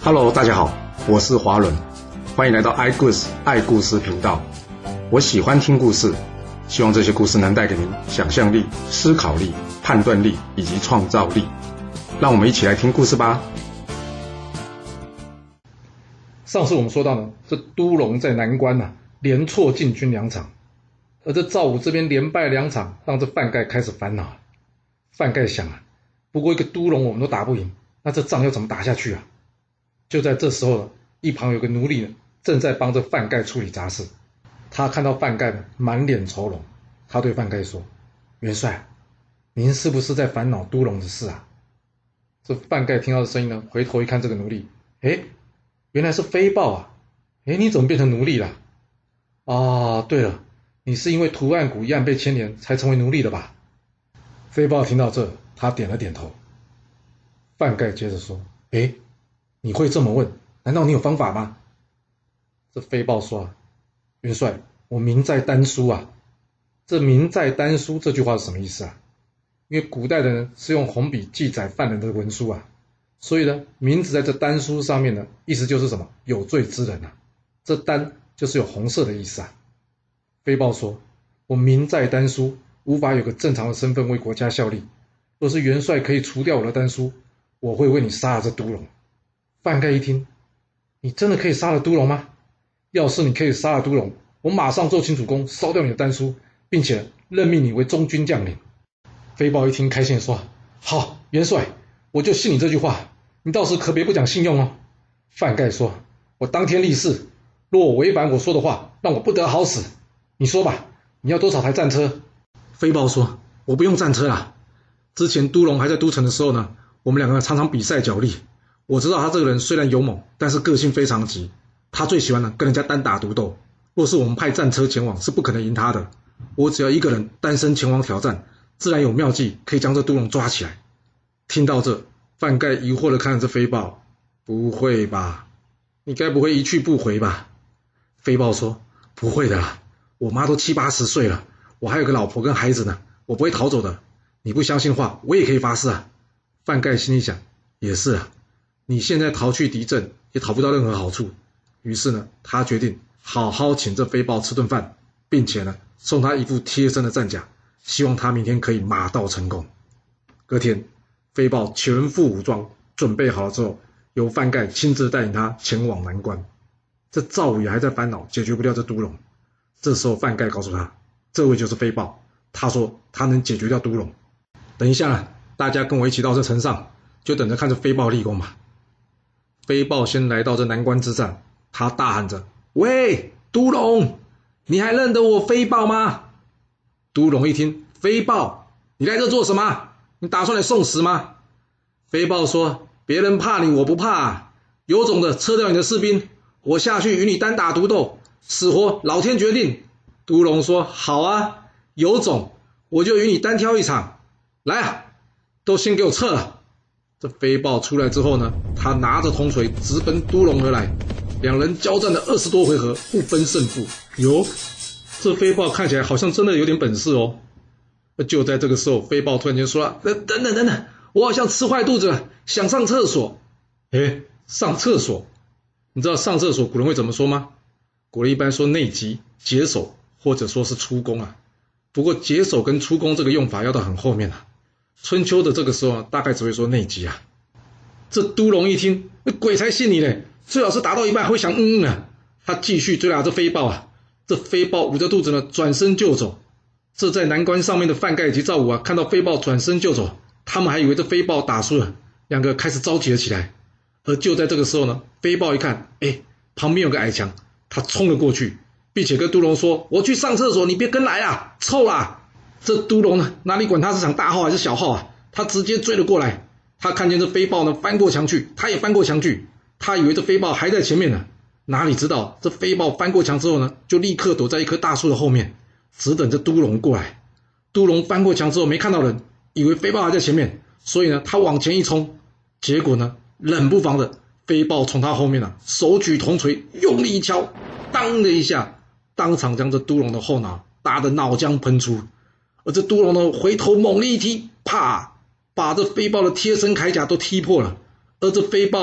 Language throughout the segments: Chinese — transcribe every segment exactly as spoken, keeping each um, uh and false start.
Hello， 大家好，我是华伦，欢迎来到爱故事爱故事频道。我喜欢听故事，希望这些故事能带给您想象力、思考力、判断力以及创造力。让我们一起来听故事吧。 上次我们说到呢，这都龙在南关啊连挫进军两场，而这赵武这边连败两场，让这范盖开始烦恼。范盖想啊，不过一个都龙我们都打不赢，那这仗要怎么打下去啊？就在这时候呢，一旁有个奴隶呢，正在帮着范盖处理杂事。他看到范盖呢满脸愁容，他对范盖说：“元帅，您是不是在烦恼都龙的事啊？”这范盖听到的声音呢，回头一看这个奴隶，诶，原来是飞豹啊！诶，你怎么变成奴隶了？啊，对了，你是因为图案谷一案被牵连才成为奴隶的吧？飞豹听到这，他点了点头。范盖接着说：“诶，你会这么问，难道你有方法吗？”这飞豹说：“啊，元帅，我名在丹书啊。”这名在丹书这句话是什么意思啊？因为古代的人是用红笔记载犯人的文书啊，所以呢，名字在这丹书上面呢，意思就是什么？有罪之人啊。这丹就是有红色的意思啊。飞豹说：“我名在丹书，无法有个正常的身份为国家效力。若是元帅可以除掉我的丹书，我会为你杀了这都龙。”范盖一听，你真的可以杀了都龙吗？要是你可以杀了都龙，我马上奏清楚宫，烧掉你的丹书，并且任命你为中军将领。飞豹一听，开心地说：“好，元帅，我就信你这句话，你到时可别不讲信用哦。”范盖说：“我当天立誓，若我违反我说的话，让我不得好死。你说吧，你要多少台战车？”飞豹说：“我不用战车啦，之前都龙还在都城的时候呢，我们两个常常比赛角力。我知道他这个人虽然勇猛，但是个性非常急，他最喜欢呢跟人家单打独斗。若是我们派战车前往，是不可能赢他的。我只要一个人单身前往挑战，自然有妙计可以将这都龙抓起来。”听到这，范盖疑惑地看着这飞豹：“不会吧？你该不会一去不回吧？”飞豹说：“不会的啦，我妈都七八十岁了，我还有个老婆跟孩子呢，我不会逃走的。你不相信的话，我也可以发誓啊。”范盖心里想，也是啊，你现在逃去敌阵也讨不到任何好处。于是呢，他决定好好请这飞豹吃顿饭，并且呢，送他一副贴身的战甲，希望他明天可以马到成功。隔天，飞豹全副武装准备好了之后，由范盖亲自带领他前往南关。这赵武也还在烦恼解决不掉这都龙。这时候范盖告诉他，这位就是飞豹，他说他能解决掉都龙。等一下啊，大家跟我一起到这城上，就等着看这飞豹立功吧。飞豹先来到这南关之战，他大喊着：“喂，都龙，你还认得我飞豹吗？”都龙一听，飞豹，你来这做什么？你打算来送死吗？飞豹说：“别人怕你，我不怕，有种的撤掉你的士兵，我下去与你单打独斗，死活老天决定。”都龙说：“好啊，有种，我就与你单挑一场，来啊，都先给我撤了。”这飞豹出来之后呢，他拿着铜锤直奔都龙而来，两人交战了二十多回合，不分胜负。哟，这飞豹看起来好像真的有点本事哦。就在这个时候，飞豹突然间说了：“等等等等，我好像吃坏肚子了，想上厕所。”诶，上厕所？你知道上厕所古人会怎么说吗？古人一般说内急、解手，或者说是出宫啊。不过解手跟出宫这个用法要到很后面啊。春秋的这个时候大概只会说内急啊。这都龙一听，鬼才信你嘞，最好是打到一半还会想嗯嗯啊。他继续追打这飞豹啊，这飞豹捂着肚子呢，转身就走。这在南关上面的范盖以及赵武啊，看到飞豹转身就走，他们还以为这飞豹打输了，两个开始着急了起来。而就在这个时候呢，飞豹一看，哎，旁边有个矮墙，他冲了过去，并且跟都龙说：“我去上厕所，你别跟来啊，臭啦！”这都龙呢，哪里管他是场大号还是小号啊，他直接追了过来。他看见这飞豹呢翻过墙去，他也翻过墙去，他以为这飞豹还在前面呢，哪里知道这飞豹翻过墙之后呢，就立刻躲在一棵大树的后面，只等着都龙过来。都龙翻过墙之后没看到人，以为飞豹还在前面，所以呢他往前一冲，结果呢冷不防的飞豹从他后面啊手举铜锤用力一敲，当的一下，当场将这都龙的后脑打得脑浆喷出。而这都龙呢回头猛力一踢，啪，把这飞豹的贴身铠甲都踢破了。而这飞豹呢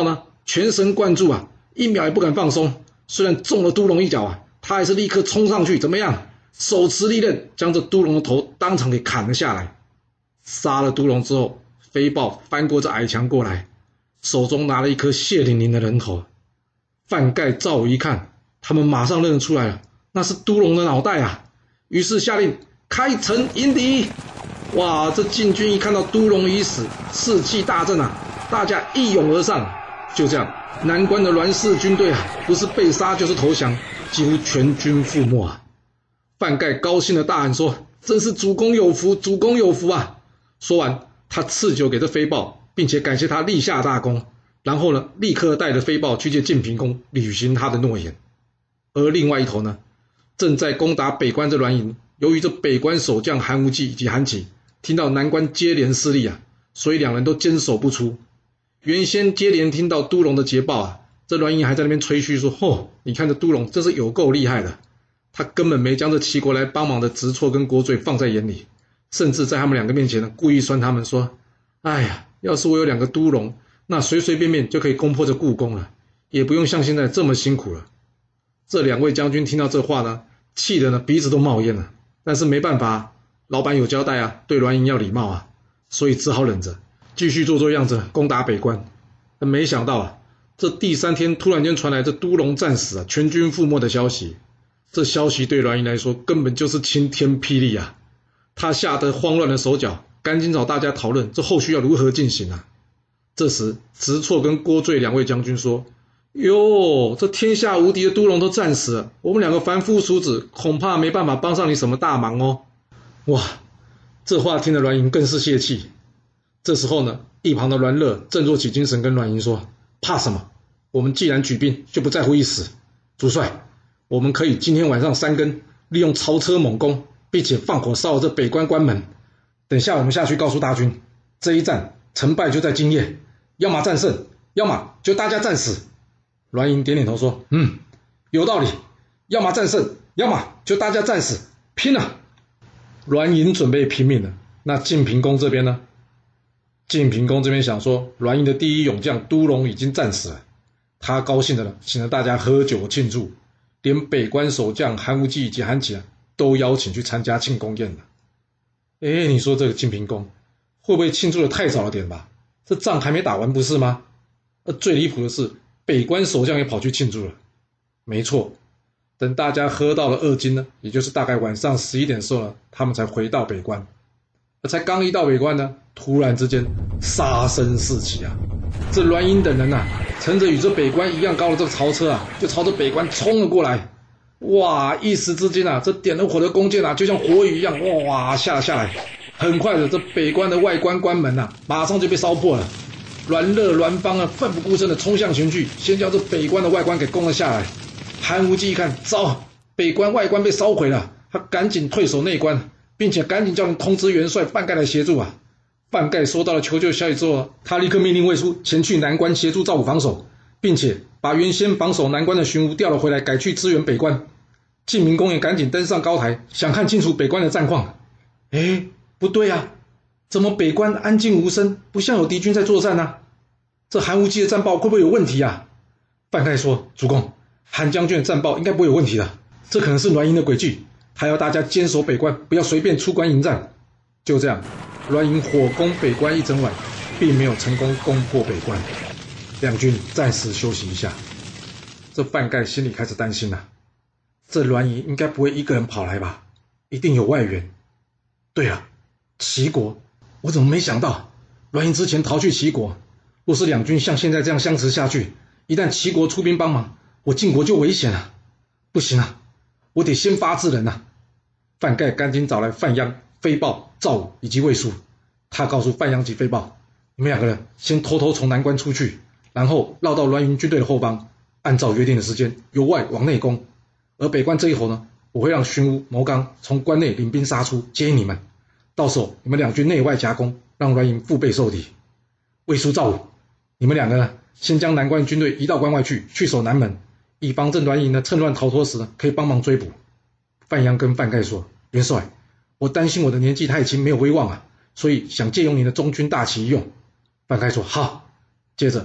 全神贯注啊，一秒也不敢放松。虽然中了都龙一脚啊，他还是立刻冲上去，怎么样？手持利刃，将这都龙的头当场给砍了下来。杀了都龙之后，飞豹翻过这矮墙过来，手中拿了一颗血淋淋的人头。范盖、赵武一看，他们马上认得出来了，那是都龙的脑袋啊！于是下令开城迎敌。哇，这晋军一看到都龙已死，士气大振啊，大家一涌而上。就这样，南关的栾氏军队啊，不是被杀就是投降，几乎全军覆没啊！范盖高兴的大喊说：“真是主公有福，主公有福啊！”说完，他赐酒给这飞豹，并且感谢他立下大功。然后呢，立刻带着飞豹去见晋平公，履行他的诺言。而另外一头呢，正在攻打北关这栾营，由于这北关守将韩无忌以及韩琦听到南关接连失利啊，所以两人都坚守不出。原先接连听到都龙的捷报啊，这栾营还在那边吹嘘说：“哦，你看这都龙真是有够厉害的。”他根本没将这齐国来帮忙的直错跟郭罪放在眼里，甚至在他们两个面前呢，故意酸他们说：“哎呀，要是我有两个都龙，那随随便便就可以攻破这故宫了，也不用像现在这么辛苦了。”这两位将军听到这话呢，气得呢鼻子都冒烟了。但是没办法，老板有交代啊，对栾营要礼貌啊，所以只好忍着，继续做做样子攻打北关。但没想到啊，这第三天突然间传来这都龙战死啊，全军覆没的消息。这消息对栾营来说根本就是晴天霹雳啊！他吓得慌乱了手脚，赶紧找大家讨论这后续要如何进行啊。这时直错跟郭罪两位将军说：“哟，这天下无敌的都龙都战死了，我们两个凡夫俗子恐怕没办法帮上你什么大忙哦。”哇，这话听得栾营更是泄气。这时候呢，一旁的栾乐振作起精神跟栾营说：“怕什么？我们既然举兵，就不在乎一死。主帅，我们可以今天晚上三更利用曹车猛攻，并且放火烧了这北关关门。等下我们下去告诉大军，这一战成败就在今夜，要么战胜，要么就大家战死。”栾营点点头说：“嗯，有道理，要么战胜，要么就大家战死，拼了！”栾营准备拼命了。那晋平公这边呢？晋平公这边想说，栾营的第一勇将都龙已经战死了，他高兴的了，请了大家喝酒庆祝。连北关守将韩无忌以及韩琦啊，都邀请去参加庆功宴了。哎，你说这个晋平公会不会庆祝的太早了点吧？这仗还没打完不是吗？而最离谱的是，北关守将也跑去庆祝了。没错，等大家喝到了二斤呢，也就是大概晚上十一点的时候呢，他们才回到北关。而才刚一到北关呢，突然之间杀声四起啊！这栾营等人啊，乘着与这北关一样高的这个曹车啊，就朝着北关冲了过来。哇！一时之间啊，这点了火的弓箭啊，就像火雨一样，哇，下了下来。很快的，这北关的外关关门啊，马上就被烧破了。栾乐、栾芳啊，奋不顾身的冲向前去，先将这北关的外关给攻了下来。韩无忌一看，糟，北关外关被烧毁了，他赶紧退守内关，并且赶紧叫人通知元帅范盖来协助啊。范盖收到了求救消息之后，他立刻命令魏书前去南关协助赵武防守，并且把原先防守南关的荀彧调了回来，改去支援北关。晋明公也赶紧登上高台，想看清楚北关的战况。哎，不对啊，怎么北关安静无声，不像有敌军在作战啊？这韩无忌的战报会不会有问题啊？范盖说：“主公，韩将军的战报应该不会有问题的，这可能是栾营的诡计，他要大家坚守北关，不要随便出关迎战。”就这样，栾营火攻北关一整晚，并没有成功攻破北关。两军暂时休息一下。这范盖心里开始担心了，这栾营应该不会一个人跑来吧？一定有外援。对了，齐国，我怎么没想到栾营之前逃去齐国？若是两军像现在这样相持下去，一旦齐国出兵帮忙，我晋国就危险了。不行啊，我得先发制人啊！范盖赶紧找来范鞅、飞豹、赵武以及魏书，他告诉范鞅及飞豹，你们两个人先偷偷从南关出去，然后绕到栾营军队的后方，按照约定的时间由外往内攻。而北关这一头呢，我会让荀彧、牟刚从关内领兵杀出，接应你们。到时候你们两军内外夹攻，让栾营腹背受敌。魏书、赵武，你们两个呢，先将南关军队移到关外去，去守南门，以防这栾营呢趁乱逃脱时呢，可以帮忙追捕。范鞅跟范盖说：“元帅，我担心我的年纪太轻，没有威望啊，所以想借用你的中军大旗一用。”范盖说：“好。”接着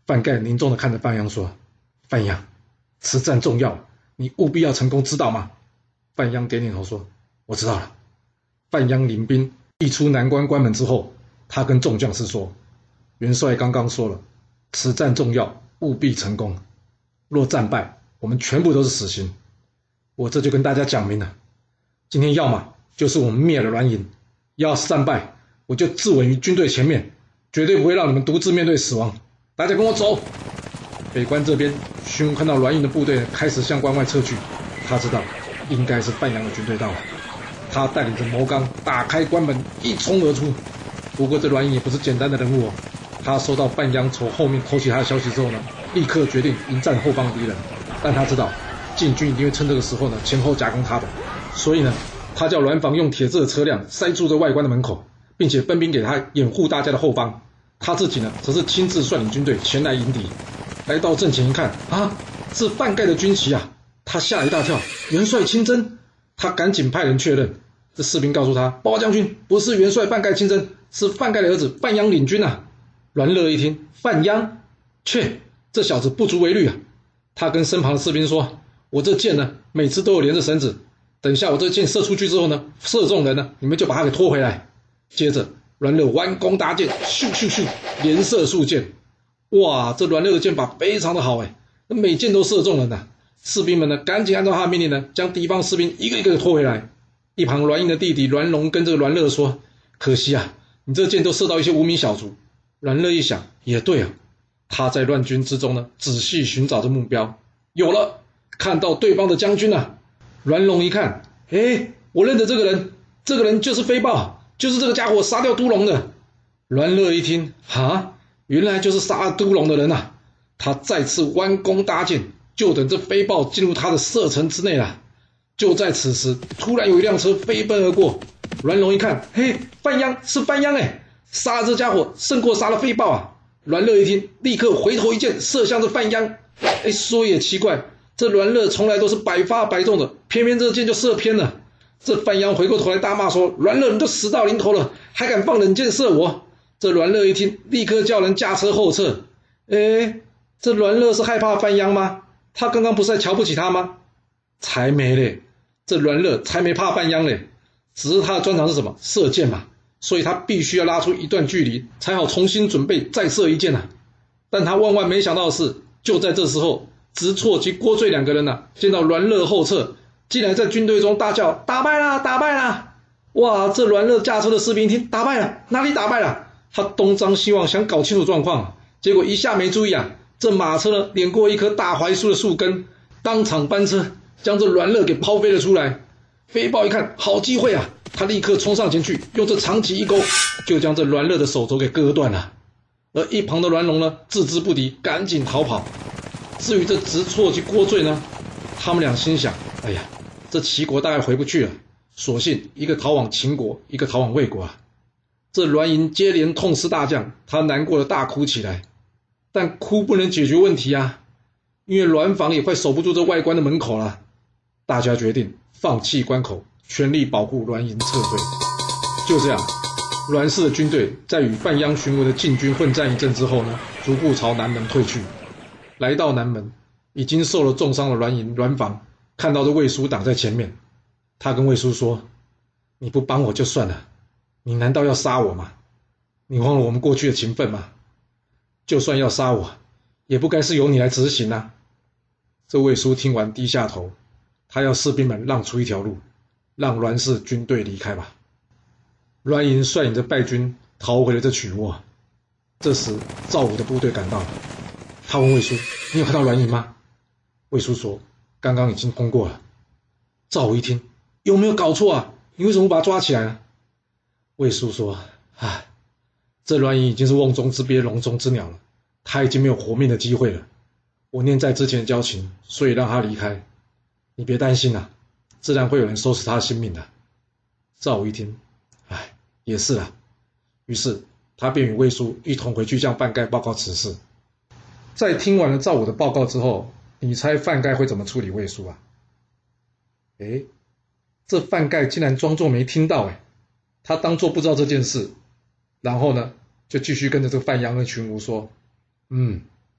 范盖凝重地看着范鞅说：“范鞅，此战重要，你务必要成功，知道吗？”范鞅点点头说：“我知道了。”范鞅领兵一出南关关门之后，他跟众将士说：“元帅刚刚说了，此战重要，务必成功。若战败，我们全部都是死刑。我这就跟大家讲明了，今天要么就是我们灭了栾营，要是战败，我就自刎于军队前面，绝对不会让你们独自面对死亡。大家跟我走！”北关这边，荀彧看到栾营的部队开始向关外撤去，他知道应该是范鞅的军队到了。他带领着谋刚打开关门，一冲而出。不过这栾营也不是简单的人物哦。他收到范鞅从后面偷袭他的消息之后呢，立刻决定迎战后方的敌人。但他知道晋军一定会趁这个时候呢前后夹攻他的，所以呢，他叫栾房用铁制的车辆塞住这外关的门口，并且分兵给他掩护大家的后方。他自己呢，则是亲自率领军队前来迎敌。来到阵前一看，啊，是范盖的军旗啊！他吓了一大跳，元帅亲征。他赶紧派人确认，这士兵告诉他，报告将军，不是元帅范盖亲征，是范盖的儿子范鞅领军啊。栾乐一听，范鞅，切，这小子不足为虑啊。他跟身旁的士兵说，我这箭呢，每次都有连着绳子，等下我这箭射出去之后呢，射中人呢，你们就把他给拖回来。接着栾乐弯弓搭箭，咻咻咻，连射数箭。哇，这栾乐的箭法非常的好哎，每箭都射中人呐。士兵们呢，赶紧按照他的命令呢，将敌方士兵一个一个拖回来。一旁栾盈的弟弟栾龙跟这个栾乐说：“可惜啊，你这箭都射到一些无名小卒。”栾乐一想，也对啊，他在乱军之中呢，仔细寻找着目标，有了，看到对方的将军啊。栾龙一看，诶，我认得这个人，这个人就是飞豹，就是这个家伙杀掉都龙的。栾乐一听，哈，原来就是杀了都龙的人啊！他再次弯弓搭箭，就等这飞豹进入他的射程之内了。就在此时，突然有一辆车飞奔而过。栾龙一看，嘿，范鞅，是范鞅哎！杀了这家伙胜过杀了飞豹啊！栾乐一听，立刻回头一箭射向这范鞅。哎，说也奇怪，这栾乐从来都是百发百中的，偏偏这箭就射偏了。这范鞅回过头来大骂说：“栾乐，你都死到临头了，还敢放冷箭射我！”这栾乐一听，立刻叫人驾车后撤。哎，这栾乐是害怕范鞅吗？他刚刚不是在瞧不起他吗？才没嘞，这栾乐才没怕范鞅嘞，只是他的专长是什么？射箭嘛，所以他必须要拉出一段距离，才好重新准备再射一箭啊。但他万万没想到的是，就在这时候，直错及郭醉两个人啊，见到栾乐后撤，竟然在军队中大叫：“打败啦，打败啦！”哇，这栾乐驾车的士兵一听，打败了，哪里打败了？他东张西望，想搞清楚状况，结果一下没注意啊，这马车呢碾过一棵大槐树的树根，当场翻车，将这栾乐给抛飞了出来。飞豹一看，好机会啊，他立刻冲上前去，用这长戟一勾，就将这栾乐的手肘给割断了。而一旁的栾龙呢，置之不敌，赶紧逃跑。至于这直错及郭醉呢，他们俩心想：哎呀，这齐国大概回不去了，索性一个逃往秦国，一个逃往魏国啊。这栾盈接连痛失大将，他难过的大哭起来。但哭不能解决问题啊，因为栾房也快守不住这外关的门口了。大家决定放弃关口，全力保护栾盈撤退。就这样，栾氏的军队在与范鞅、荀彧的晋军混战一阵之后呢，逐步朝南门退去。来到南门，已经受了重伤的栾盈、栾房看到这魏书挡在前面，他跟魏书说：“你不帮我就算了，你难道要杀我吗？你忘了我们过去的情分吗？就算要杀我，也不该是由你来执行啊！”这魏书听完低下头，他要士兵们让出一条路，让栾氏军队离开吧。栾盈率领着败军逃回了这曲沃。这时赵武的部队赶到了，他问魏书：“你有看到栾盈吗？”魏书说：“刚刚已经通过了。”赵武一听：“有没有搞错啊？你为什么不把他抓起来呢？”魏书说：“唉，这栾盈已经是瓮中之鳖，笼中之鸟了，他已经没有活命的机会了。我念在之前的交情，所以让他离开。你别担心啊，自然会有人收拾他的性命的。”赵武一听，唉，也是啊。于是他便与魏书一同回去向范盖报告此事。在听完了赵武的报告之后，你猜范盖会怎么处理魏书啊？诶，这范盖竟然装作没听到，诶，他当作不知道这件事，然后呢，就继续跟着这个范鞅跟荀彧说：“嗯，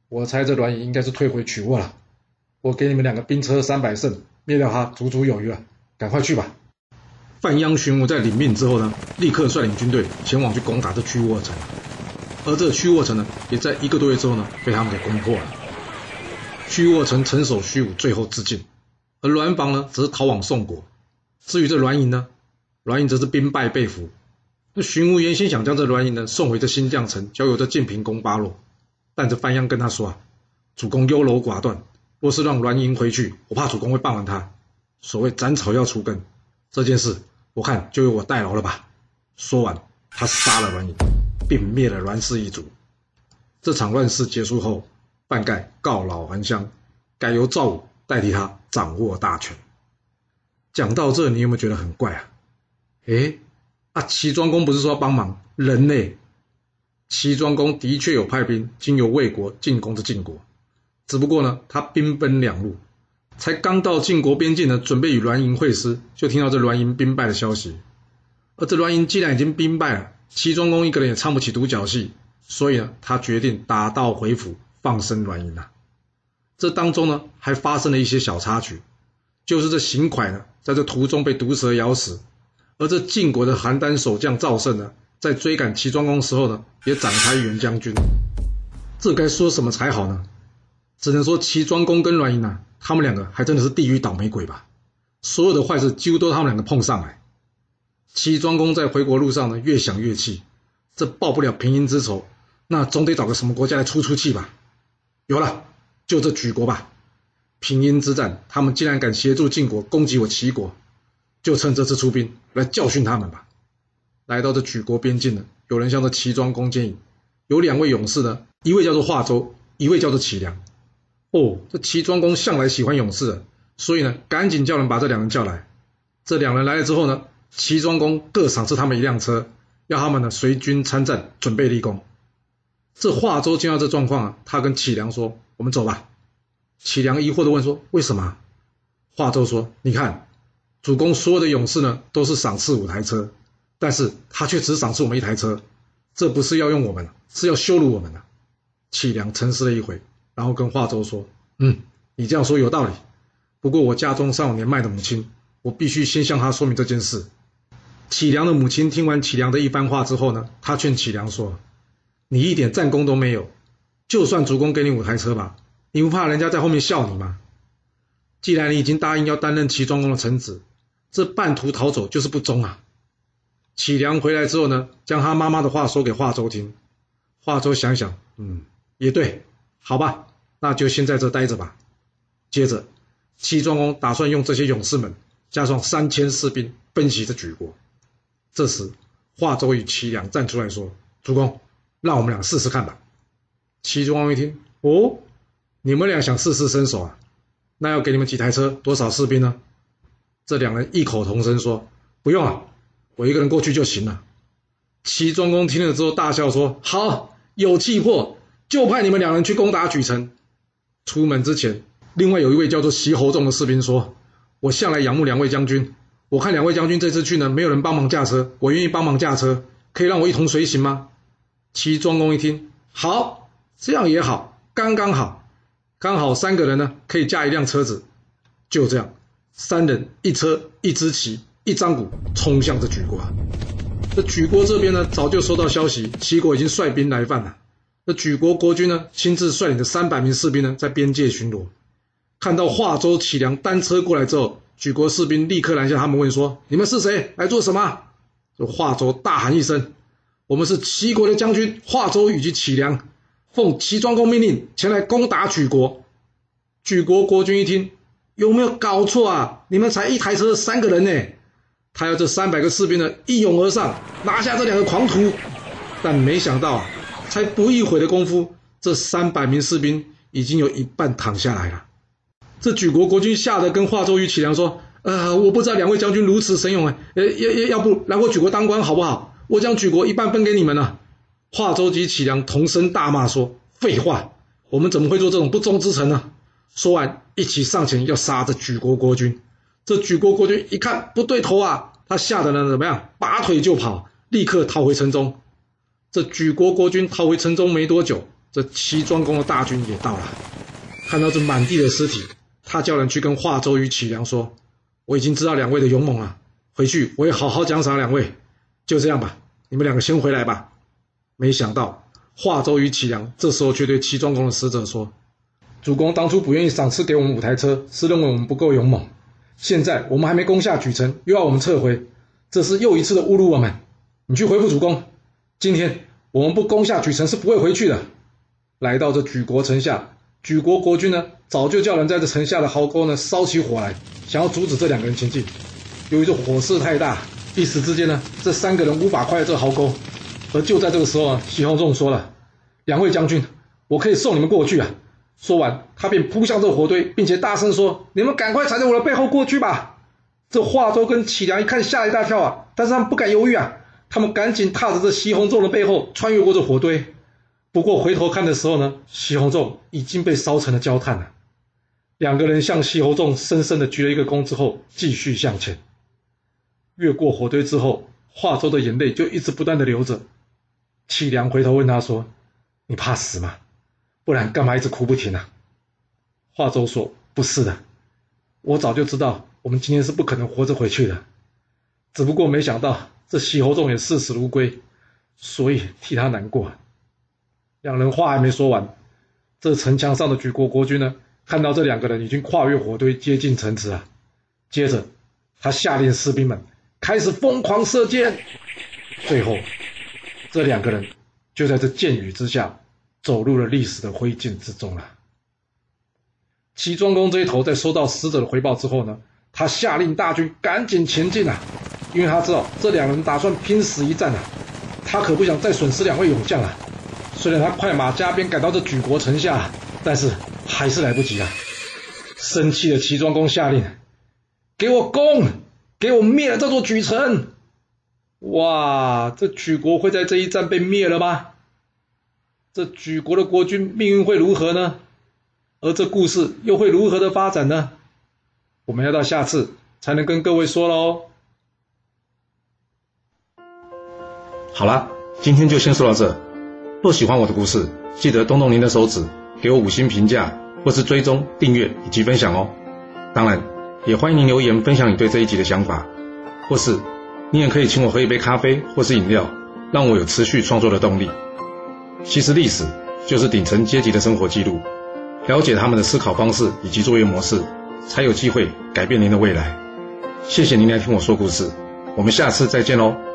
我猜这栾盈应该是退回曲沃了。我给你们两个兵车三百胜，灭掉他足足有余了，赶快去吧。 范鞅荀彧在领命之后呢，立刻率领军队前往去攻打这曲沃城，而这曲沃城呢，也在一个多月之后呢，被他们给攻破了。曲沃城城守虚武最后自尽，而栾房呢，则是逃往宋国。至于这栾盈呢，栾盈则是兵败被俘。那荀彧原先想将这栾盈呢送回这新绛城，交由这晋平公巴洛，但这范鞅跟他说啊，主公优柔寡断，若是让栾盈回去，我怕主公会办完他。所谓斩草要除根，这件事我看就由我代劳了吧。说完，他杀了栾盈，并灭了栾氏一族。这场乱世结束后，范盖告老还乡，改由赵武代替他掌握大权。讲到这，你有没有觉得很怪啊？诶，啊，齐庄公不是说要帮忙人呢？齐庄公的确有派兵经由魏国进攻这晋国，只不过呢，他兵分两路，才刚到晋国边境呢，准备与栾盈会师，就听到这栾盈兵败的消息。而这栾盈既然已经兵败了，齐庄公一个人也唱不起独角戏，所以呢，他决定打道回府，放生栾盈啊。这当中呢，还发生了一些小插曲，就是这邢蒯呢，在这途中被毒蛇咬死，而这晋国的邯郸守将赵胜呢，在追赶齐庄公的时候呢，也展开援将军。这该说什么才好呢？只能说齐庄公跟栾盈啊，他们两个还真的是地狱倒霉鬼吧。所有的坏事几乎都是他们两个碰上来。齐庄公在回国路上呢，越想越气，这报不了平阴之仇，那总得找个什么国家来出出气吧。有了，就这莒国吧。平阴之战，他们竟然敢协助晋国攻击我齐国，就趁这次出兵来教训他们吧。来到这莒国边境呢，有人向这齐庄公建议，有两位勇士呢，一位叫做华州，一位叫做齐梁。哦，这齐庄公向来喜欢勇士的，所以呢，赶紧叫人把这两人叫来。这两人来了之后呢，齐庄公各赏赐他们一辆车，要他们呢随军参战，准备立功。这华州见到这状况啊，他跟齐梁说：“我们走吧。”齐梁疑惑地问说：“为什么？”华州说：“你看，主公所有的勇士呢，都是赏赐五台车，但是他却只赏赐我们一台车，这不是要用我们，是要羞辱我们的。”齐梁沉思了一回，然后跟华州说：“嗯，你这样说有道理，不过我家中尚有年迈的母亲，我必须先向她说明这件事。”齐梁的母亲听完齐梁的一番话之后呢，她劝齐梁说：“你一点战功都没有，就算主公给你五台车吧，你不怕人家在后面笑你吗？既然你已经答应要担任齐庄公的臣子，这半途逃走就是不忠啊。”齐梁回来之后呢，将他妈妈的话说给华州听。华州想想，嗯，也对，好吧，那就先在这待着吧。接着，齐庄公打算用这些勇士们加上三千士兵奔袭这莒国。这时，华州与齐梁站出来说：“主公，让我们俩试试看吧。”齐庄公一听，哦，你们俩想试试身手啊？那要给你们几台车，多少士兵呢？这两人异口同声说：“不用了，我一个人过去就行了。”齐庄公听了之后大笑说：“好，有气魄，就派你们两人去攻打莒城。”出门之前，另外有一位叫做袭侯仲的士兵说：“我向来仰慕两位将军，我看两位将军这次去呢，没有人帮忙驾车，我愿意帮忙驾车，可以让我一同随行吗？”齐庄公一听，好，这样也好，刚刚好，刚好三个人呢可以驾一辆车子。就这样，三人一车一支旗一张鼓冲向这莒国。这莒国这边呢，早就收到消息，齐国已经率兵来犯了。这莒国国君呢，亲自率领着三百名士兵呢，在边界巡逻。看到华州、齐梁单车过来之后，莒国士兵立刻拦下他们，问说：“你们是谁？来做什么？”这华州大喊一声：“我们是齐国的将军华州以及齐梁，奉齐庄公命令前来攻打莒国。”莒国国君一听，有没有搞错啊？你们才一台车三个人呢！他要这三百个士兵呢一涌而上，拿下这两个狂徒。但没想到啊，才不一会的功夫，这三百名士兵已经有一半躺下来了。这莒国国君吓得跟华州与齐梁说：“呃，我不知道两位将军如此神勇，呃，要要要不来我莒国当官好不好？我将莒国一半分给你们了。”华州及齐梁同声大骂说：“废话，我们怎么会做这种不忠之臣呢？”说完，一起上前要杀这莒国国君。这莒国国君一看不对头啊，他吓得呢怎么样，拔腿就跑，立刻逃回城中。这莒国国君逃回城中没多久， 这齐庄公的大军也到了。看到这满地的尸体，他叫人去跟华州与启良说：“我已经知道两位的勇猛了，回去我也好好奖赏两位。就这样吧，你们两个先回来吧。”没想到华州与启良这时候却对齐庄公的使者说：“主公当初不愿意赏赐给我们五台车，是认为我们不够勇猛。现在我们还没攻下莒城，又要我们撤回，这是又一次的侮辱我们。你去回复主公，今天我们不攻下莒城是不会回去的。”来到这莒国城下，莒国国君呢早就叫人在这城下的壕沟呢烧起火来，想要阻止这两个人前进。由于这火势太大，一时之间呢这三个人无法跨越这壕沟。而就在这个时候啊，西弘仲说了：“两位将军，我可以送你们过去啊。”说完，他便扑向这火堆，并且大声说：“你们赶快踩着我的背后过去吧！”这华州跟启良一看吓了一大跳啊，但是他们不敢犹豫啊，他们赶紧踏着这西弘仲的背后穿越过这火堆。不过回头看的时候呢，西弘仲已经被烧成了焦炭了。两个人向西弘仲深深的鞠了一个躬之后，继续向前。越过火堆之后，华州的眼泪就一直不断的流着。启良回头问他说：“你怕死吗？不然干嘛一直哭不停啊？”华州说：“不是的，我早就知道我们今天是不可能活着回去的，只不过没想到这西弘仲也视死如归，所以替他难过。”两人话还没说完，这城墙上的莒国国君呢，看到这两个人已经跨越火堆接近城池啊，接着他下令士兵们开始疯狂射箭，最后这两个人就在这箭雨之下走入了历史的灰烬之中了。齐庄公这一头在收到使者的回报之后呢，他下令大军赶紧前进啊，因为他知道这两人打算拼死一战啊，他可不想再损失两位勇将啊。虽然他快马加鞭赶到这莒国城下，但是还是来不及啊。生气的齐庄公下令：“给我攻，给我灭了这座莒城！”哇，这莒国会在这一战被灭了吗？这莒国的国君命运会如何呢？而这故事又会如何的发展呢？我们要到下次才能跟各位说咯。 好啦，今天就先说到这。若喜欢我的故事，记得动动您的手指，给我五星评价，或是追踪、订阅以及分享哦。当然，也欢迎您留言分享你对这一集的想法，或是你也可以请我喝一杯咖啡或是饮料，让我有持续创作的动力。其实历史就是顶层阶级的生活记录，了解他们的思考方式以及作业模式，才有机会改变您的未来。谢谢您来听我说故事，我们下次再见喽。